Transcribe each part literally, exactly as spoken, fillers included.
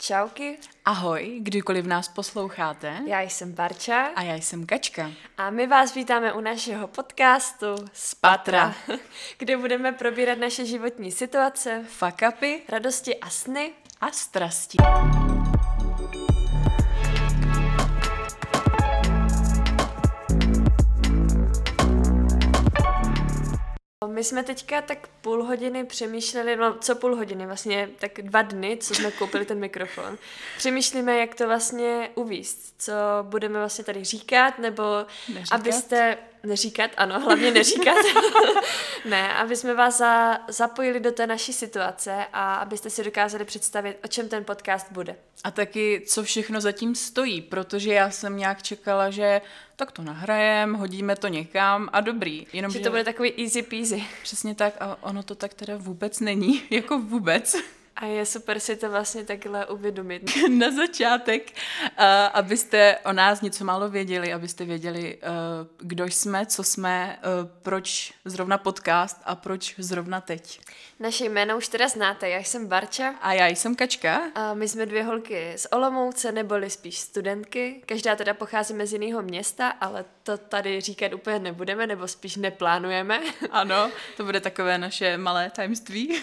Čauky. Ahoj, kdykoliv nás posloucháte. Já jsem Barča. A já jsem Kačka. A my vás vítáme u našeho podcastu Z patra, kde budeme probírat naše životní situace, fuck upy, radosti a sny a strasti. My jsme teďka tak půl hodiny přemýšleli, no co půl hodiny, vlastně tak dva dny, co jsme koupili ten mikrofon. Přemýšlíme, jak to vlastně uvíct, co budeme vlastně tady říkat, nebo neříkat. abyste, neříkat, ano, hlavně neříkat, ne, aby jsme vás za, zapojili do té naší situace a abyste si dokázali představit, o čem ten podcast bude. A taky, co všechno zatím stojí, protože já jsem nějak čekala, že tak to nahrajem, hodíme to někam a dobrý. Jenom, že to bude takový easy peasy. Přesně tak a ono to tak teda vůbec není, jako vůbec. A je super si to vlastně takhle uvědomit. Na začátek, uh, abyste o nás něco málo věděli, abyste věděli, uh, kdo jsme, co jsme, uh, proč zrovna podcast a proč zrovna teď. Naše jméno už teda znáte, já jsem Barča. A já jsem Kačka. A my jsme dvě holky z Olomouce, neboli spíš studentky. Každá teda pocházíme z jiného města, ale to tady říkat úplně nebudeme, nebo spíš neplánujeme. Ano, to bude takové naše malé tajemství.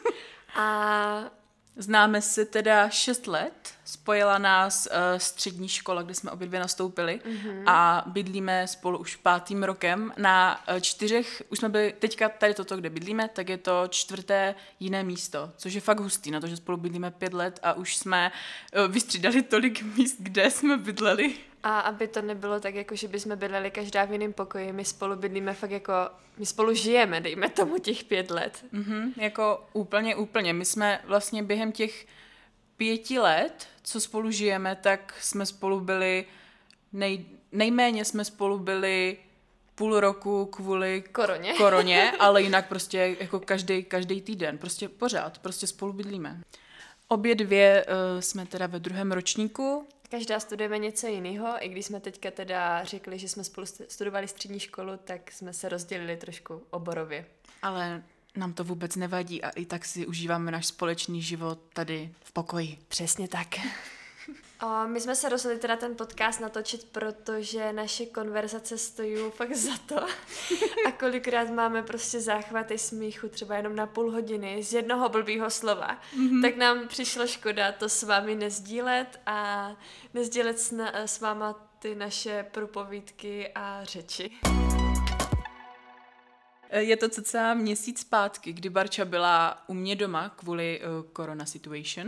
A známe se teda šest let, spojila nás uh, střední škola, kde jsme obě dvě nastoupili mm-hmm. a bydlíme spolu už pátým rokem na uh, čtyřech, už jsme byli teďka tady toto, kde bydlíme, tak je to čtvrté jiné místo, což je fakt hustý, na to, že spolu bydlíme pět let a už jsme uh, vystřídali tolik míst, kde jsme bydleli. A aby to nebylo tak, jako že bychom bydleli každá v jiném pokoji, my spolu bydlíme fakt jako, my spolu žijeme, dejme tomu těch pět let. Mm-hmm, jako úplně, úplně. My jsme vlastně během těch pěti let, co spolu žijeme, tak jsme spolu byli, nej, nejméně jsme spolu byli půl roku kvůli koroně, koroně ale jinak prostě jako každý, každý týden, prostě pořád, prostě spolu bydlíme. Obě dvě uh, jsme teda ve druhém ročníku. Každá studujeme něco jiného, i když jsme teďka teda řekli, že jsme spolu studovali střední školu, tak jsme se rozdělili trošku oborově. Ale nám to vůbec nevadí a i tak si užíváme náš společný život tady v pokoji. Přesně tak. O, my jsme se rozhodli teda ten podcast natočit, protože naše konverzace stojí fakt za to. A kolikrát máme prostě záchvaty smíchu třeba jenom na půl hodiny z jednoho blbýho slova. Mm-hmm. Tak nám přišlo škoda to s vámi nezdílet a nezdílet s, na, s váma ty naše propovídky a řeči. Je to cca měsíc zpátky, kdy Barča byla u mě doma kvůli uh, corona situation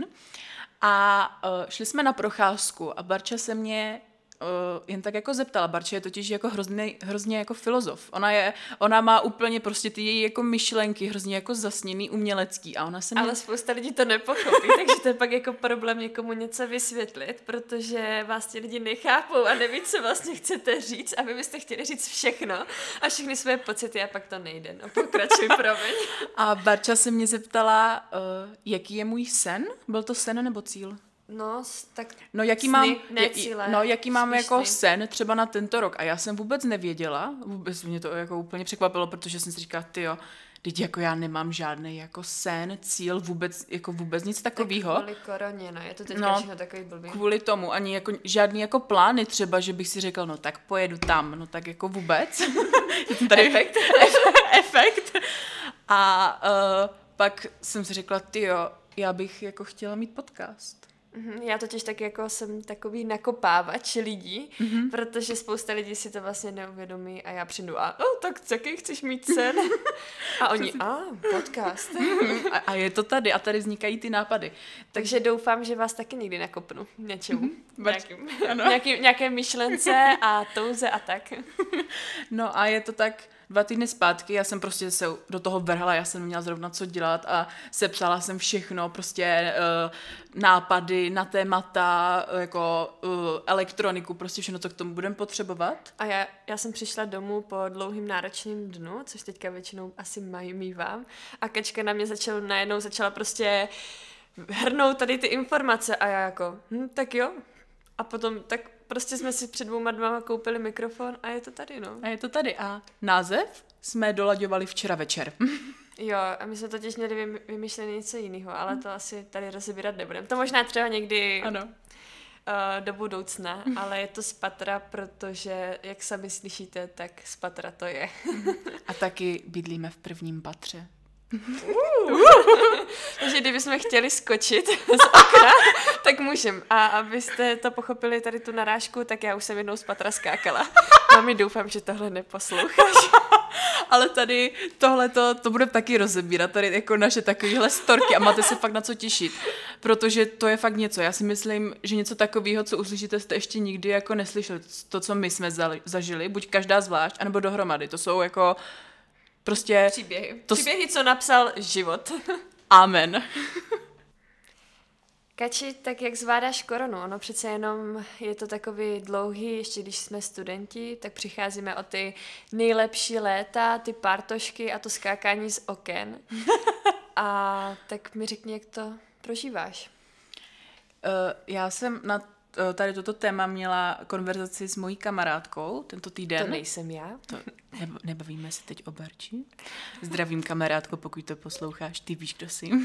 a uh, šli jsme na procházku a Barča se mě uh, jen tak jako zeptala. Barča je totiž jako hrozně, hrozně jako filozof. Ona, je, ona má úplně prostě ty její jako myšlenky hrozně jako zasněný, umělecký a ona se mě... Ale spousta lidí to nepochopí, takže to je pak jako problém někomu něco vysvětlit, protože vás ti lidi nechápou a neví, co vlastně chcete říct a vy byste chtěli říct všechno a všechny své pocity a pak to nejde. No pokračuj, promiň. A Barča se mě zeptala, uh, jaký je můj sen? Byl to sen nebo cíl? No, tak no, jaký sny, mám, ne cíle, no, jaký mám jako sny. sen třeba na tento rok. A já jsem vůbec nevěděla, vůbec mě to jako úplně překvapilo, protože jsem si říkala, tyjo, teď jako já nemám žádný jako sen, cíl, vůbec, jako vůbec nic takového. Tak kvůli koroně, no, je to teďka no, všechno takový blbý. Kvůli tomu, ani jako žádný jako plány třeba, že bych si řekla, no tak pojedu tam, no tak jako vůbec. Tady efekt. efekt. A uh, pak jsem si řekla, tyjo, já bych jako chtěla mít podcast. Já totiž tak jako jsem takový nakopávač lidí, mm-hmm. protože spousta lidí si to vlastně neuvědomí a já přijdu a oh, tak jaký chceš mít sen? A oni, a ah, podcast. a, a je to tady a tady vznikají ty nápady. Takže doufám, že vás taky někdy nakopnu něčemu. Mm-hmm. Nějakým, nějaký, nějaké myšlence a touze a tak. No a je to tak dva týdny zpátky, já jsem prostě se do toho vrhla, já jsem neměla zrovna co dělat a sepsala jsem všechno, prostě uh, nápady na témata, jako uh, elektroniku, prostě všechno, co k tomu budeme potřebovat. A já, já jsem přišla domů po dlouhým náročným dnu, což teďka většinou asi mají mívám, a Kačka na mě začala, najednou začala prostě hrnout tady ty informace a já jako, hm, tak jo. A potom tak prostě jsme si před dvouma dvama koupili mikrofon a je to tady, no. A je to tady. A název jsme dolaďovali včera večer. Jo, a my jsme totiž měli vym- vymyšlené něco jiného, ale to asi tady rozebírat nebudeme. To možná třeba někdy Ano. uh, do budoucna, ale je to z patra, protože, jak sami slyšíte, tak z patra to je. A taky bydlíme v prvním patře. Uh. Takže kdybychom chtěli skočit z okna, tak můžem. A abyste to pochopili, tady tu narážku, tak já už jsem jednou z patra skákala. Mami, doufám, že tohle neposloucháš. Ale tady tohle to bude taky rozebírat, tady jako naše takovéhle storky a máte se fakt na co těšit, protože to je fakt něco. Já si myslím, že něco takového, co uslyšíte, jste ještě nikdy jako neslyšeli. To, co my jsme zažili, buď každá zvlášť, anebo dohromady. To jsou jako prostě... Příběhy. To Příběhy, co napsal život. Amen. Kači, tak jak zvládáš koronu? Ono přece jenom je to takový dlouhý, ještě když jsme studenti, tak přicházíme o ty nejlepší léta, ty pártošky a to skákání z oken. A tak mi řekni, jak to prožíváš. Uh, já jsem na uh, tady toto téma měla konverzaci s mojí kamarádkou tento týden. To nejsem já. To neb- nebavíme se teď o Barči. Zdravím kamarádko, pokud to posloucháš, ty víš, kdo jsi.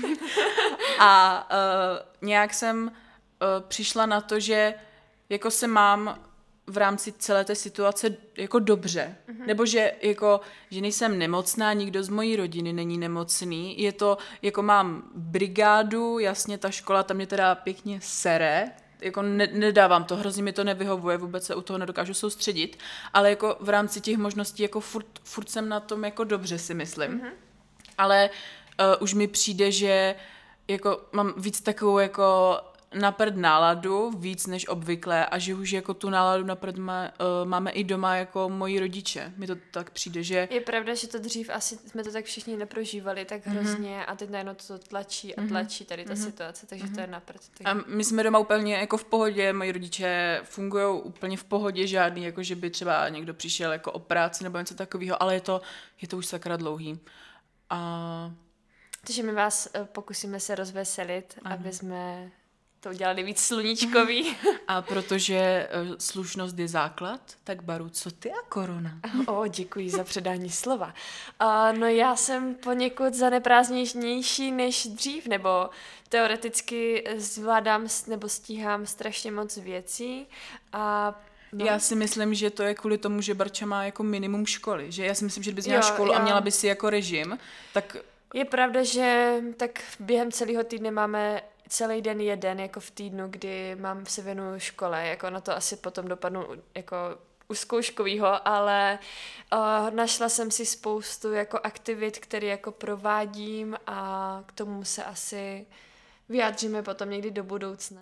A uh, nějak jsem uh, přišla na to, že jako se mám v rámci celé té situace jako dobře. Mm-hmm. Nebo že jako, že nejsem nemocná, nikdo z mojí rodiny není nemocný. Je to, jako mám brigádu, jasně ta škola, tam mě teda pěkně sere, jako ne, nedávám to, hrozně mi to nevyhovuje, vůbec se u toho nedokážu soustředit, ale jako v rámci těch možností jako furt, furt jsem na tom jako dobře, si myslím. Mm-hmm. Ale uh, už mi přijde, že jako mám víc takovou jako naprd náladu, víc než obvykle a že už jako tu náladu naprd má, uh, máme i doma jako moji rodiče. Mi to tak přijde, že... Je pravda, že to dřív asi jsme to tak všichni neprožívali tak hrozně mm-hmm. a teď najednou to tlačí a tlačí tady ta mm-hmm. situace, takže mm-hmm. to je naprd. Takže... A my jsme doma úplně jako v pohodě, moji rodiče fungují úplně v pohodě, žádný, jako že by třeba někdo přišel jako o práci nebo něco takového, ale je to, je to už sakra dlouhý. A... Takže my vás pokusíme se rozveselit, ano. aby jsme to udělali víc sluníčkový. A protože uh, slušnost je základ, tak Baru, co ty a korona? O, děkuji za předání slova. Uh, no já jsem poněkud zaneprázdnější než dřív, nebo teoreticky zvládám nebo stíhám strašně moc věcí a No. Já si myslím, že to je kvůli tomu, že Barča má jako minimum školy, že já si myslím, že kdybys měla školu jo. a měla by si jako režim, tak... Je pravda, že tak během celého týdne máme celý den jeden, jako v týdnu, kdy mám se věnuju škole, jako na to asi potom dopadnu jako u zkouškovýho, ale uh, našla jsem si spoustu jako aktivit, které jako provádím a k tomu se asi vyjádříme potom někdy do budoucna.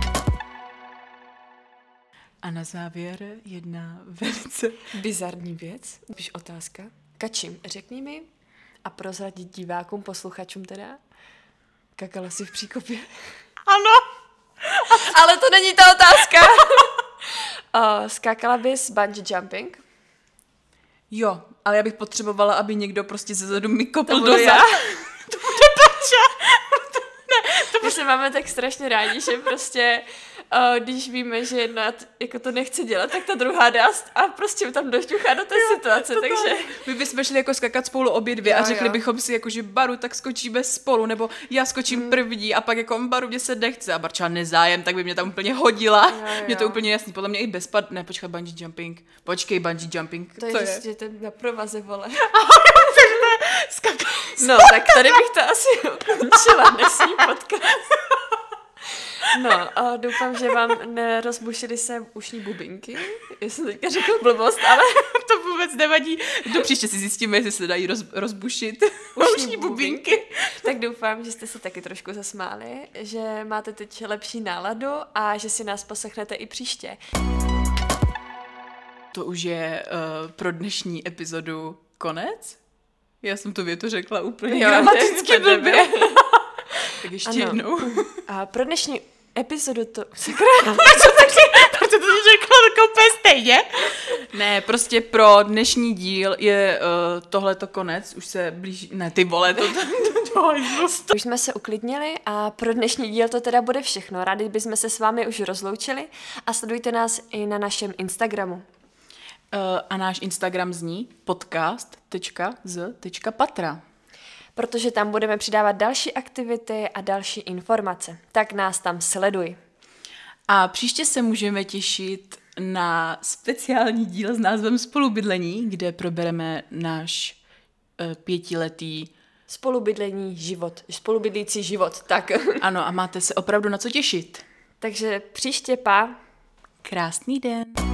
A na závěr jedna velice bizarní věc. Víš, otázka. Kačím, řekni mi a prozradit divákům, posluchačům teda, kakala jsi v příkopě? Ano. Ale to není ta otázka. uh, skákala bys bungee jumping? Jo, ale já bych potřebovala, aby někdo prostě zezadu mi kopl do zad. To bude Barča. Ne, to My se máme tak strašně rádi, že prostě uh, když víme, že jedna jako to nechce dělat, tak ta druhá dá a prostě tam došťuchá do té jo, situace, takže... My bychom šli jako skakat spolu obě dvě jo, a řekli jo. bychom si jako, že Baru, tak skočíme spolu, nebo já skočím hmm. první a pak jako Baru, mě se nechce a Barča nezájem, tak by mě tam úplně hodila. Jo, jo. Mě to úplně jasný, podle mě i bezpad... Ne, počkej, bungee jumping. Počkej, bungee jumping. To je, je? že ten na provaze, vole. Skakala. No, tak tady bych to asi ukončila dnešní podcast. No, a doufám, že vám nerozbušily se ušní bubinky. Já jsem teďka řekla blbost, ale... To vůbec nevadí. Do příště si zjistíme, jestli se dají roz, rozbušit ušní, ušní bubinky. bubinky. Tak doufám, že jste se taky trošku zasmáli, že máte teď lepší náladu a že si nás poslechnete i příště. To už je uh, pro dnešní epizodu konec? Já jsem tu větu řekla úplně jo, gramaticky blbě. Tak ještě ano. jednou. A pro dnešní epizodu to... Sakra, proč to řekla takovou úplně stejně? Ne, prostě pro dnešní díl je uh, tohleto konec. Už se blíží... Ne, ty vole, to... Už jsme se uklidnili a pro dnešní díl to teda bude všechno. Rádi bychom se s vámi už rozloučili a sledujte nás i na našem Instagramu. Uh, a náš Instagram zní podcast tečka z tečka patra. protože tam budeme přidávat další aktivity a další informace. Tak nás tam sleduj. A příště se můžeme těšit na speciální díl s názvem Spolubydlení, kde probereme náš uh, pětiletý Spolubydlení život, spolubydlící život, tak. Ano, a máte se opravdu na co těšit. Takže příště pa. Krásný den.